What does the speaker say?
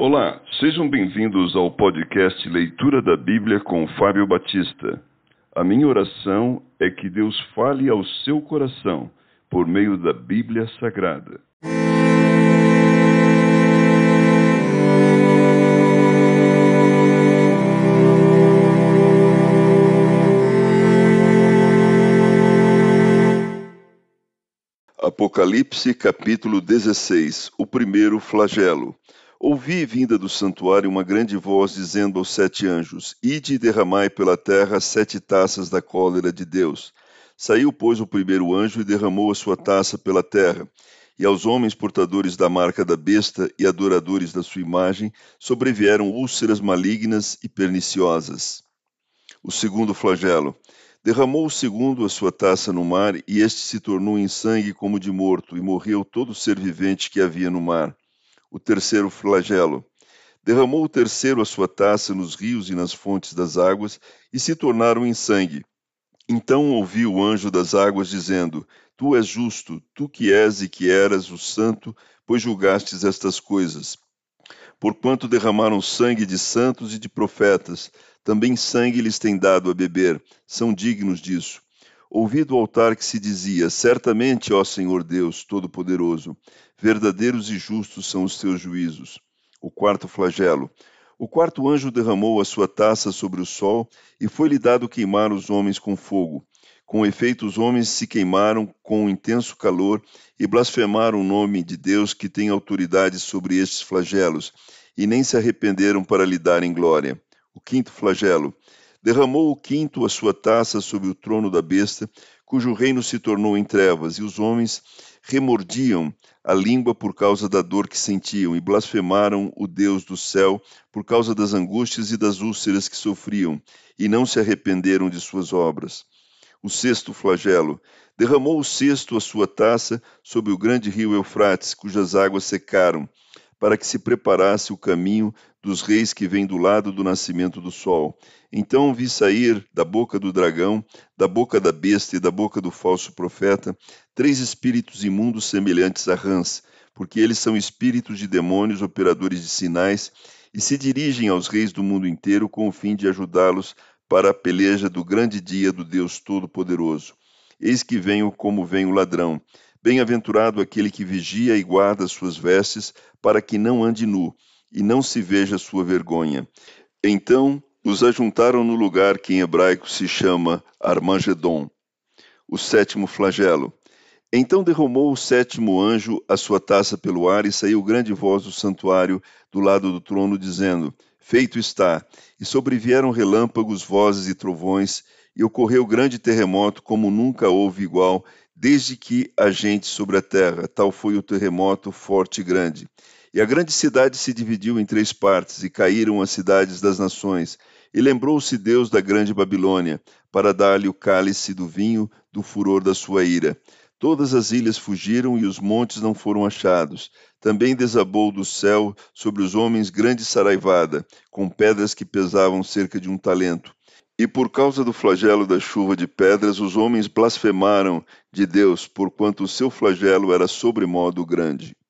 Olá, sejam bem-vindos ao podcast Leitura da Bíblia com Fábio Batista. A minha oração é que Deus fale ao seu coração por meio da Bíblia Sagrada. Apocalipse capítulo 16, o primeiro flagelo. Ouvi vinda do santuário uma grande voz dizendo aos 7 anjos: Ide e derramai pela terra 7 taças da cólera de Deus. Saiu, pois, o primeiro anjo e derramou a sua taça pela terra. E aos homens portadores da marca da besta e adoradores da sua imagem sobrevieram úlceras malignas e perniciosas. O segundo flagelo. Derramou o segundo a sua taça no mar, e este se tornou em sangue como de morto, e morreu todo ser vivente que havia no mar. O terceiro flagelo. Derramou o terceiro a sua taça nos rios e nas fontes das águas, e se tornaram em sangue. Então ouvi o anjo das águas dizendo: Tu és justo, tu que és e que eras o santo, pois julgastes estas coisas. Porquanto derramaram sangue de santos e de profetas, também sangue lhes tem dado a beber, são dignos disso. Ouvi do altar que se dizia: Certamente, ó Senhor Deus Todo-Poderoso, verdadeiros e justos são os teus juízos. O quarto flagelo. O quarto anjo derramou a sua taça sobre o sol, e foi-lhe dado queimar os homens com fogo. Com efeito, os homens se queimaram com um intenso calor e blasfemaram o nome de Deus que tem autoridade sobre estes flagelos, e nem se arrependeram para lhe darem glória. O quinto flagelo. Derramou o quinto a sua taça sobre o trono da besta, cujo reino se tornou em trevas, e os homens remordiam a língua por causa da dor que sentiam, e blasfemaram o Deus do céu por causa das angústias e das úlceras que sofriam, e não se arrependeram de suas obras. O sexto flagelo. Derramou o sexto a sua taça sobre o grande rio Eufrates, cujas águas secaram, para que se preparasse o caminho dos reis que vêm do lado do nascimento do sol. Então vi sair da boca do dragão, da boca da besta e da boca do falso profeta, 3 espíritos imundos semelhantes a rãs, porque eles são espíritos de demônios operadores de sinais, e se dirigem aos reis do mundo inteiro com o fim de ajudá-los para a peleja do grande dia do Deus Todo-Poderoso. Eis que venho como vem o ladrão. Bem-aventurado aquele que vigia e guarda suas vestes, para que não ande nu, e não se veja sua vergonha. Então os ajuntaram no lugar que em hebraico se chama Armagedon. O sétimo flagelo. Então derramou o sétimo anjo a sua taça pelo ar, e saiu grande voz do santuário do lado do trono, dizendo: Feito está. E sobrevieram relâmpagos, vozes e trovões, e ocorreu grande terremoto, como nunca houve igual, desde que há gente sobre a terra. Tal foi o terremoto forte e grande. E a grande cidade se dividiu em 3 partes, e caíram as cidades das nações. E lembrou-se Deus da grande Babilônia, para dar-lhe o cálice do vinho do furor da sua ira. Todas as ilhas fugiram e os montes não foram achados. Também desabou do céu sobre os homens grande saraivada, com pedras que pesavam cerca de 1 talento. E por causa do flagelo da chuva de pedras, os homens blasfemaram de Deus, porquanto o seu flagelo era sobremodo grande.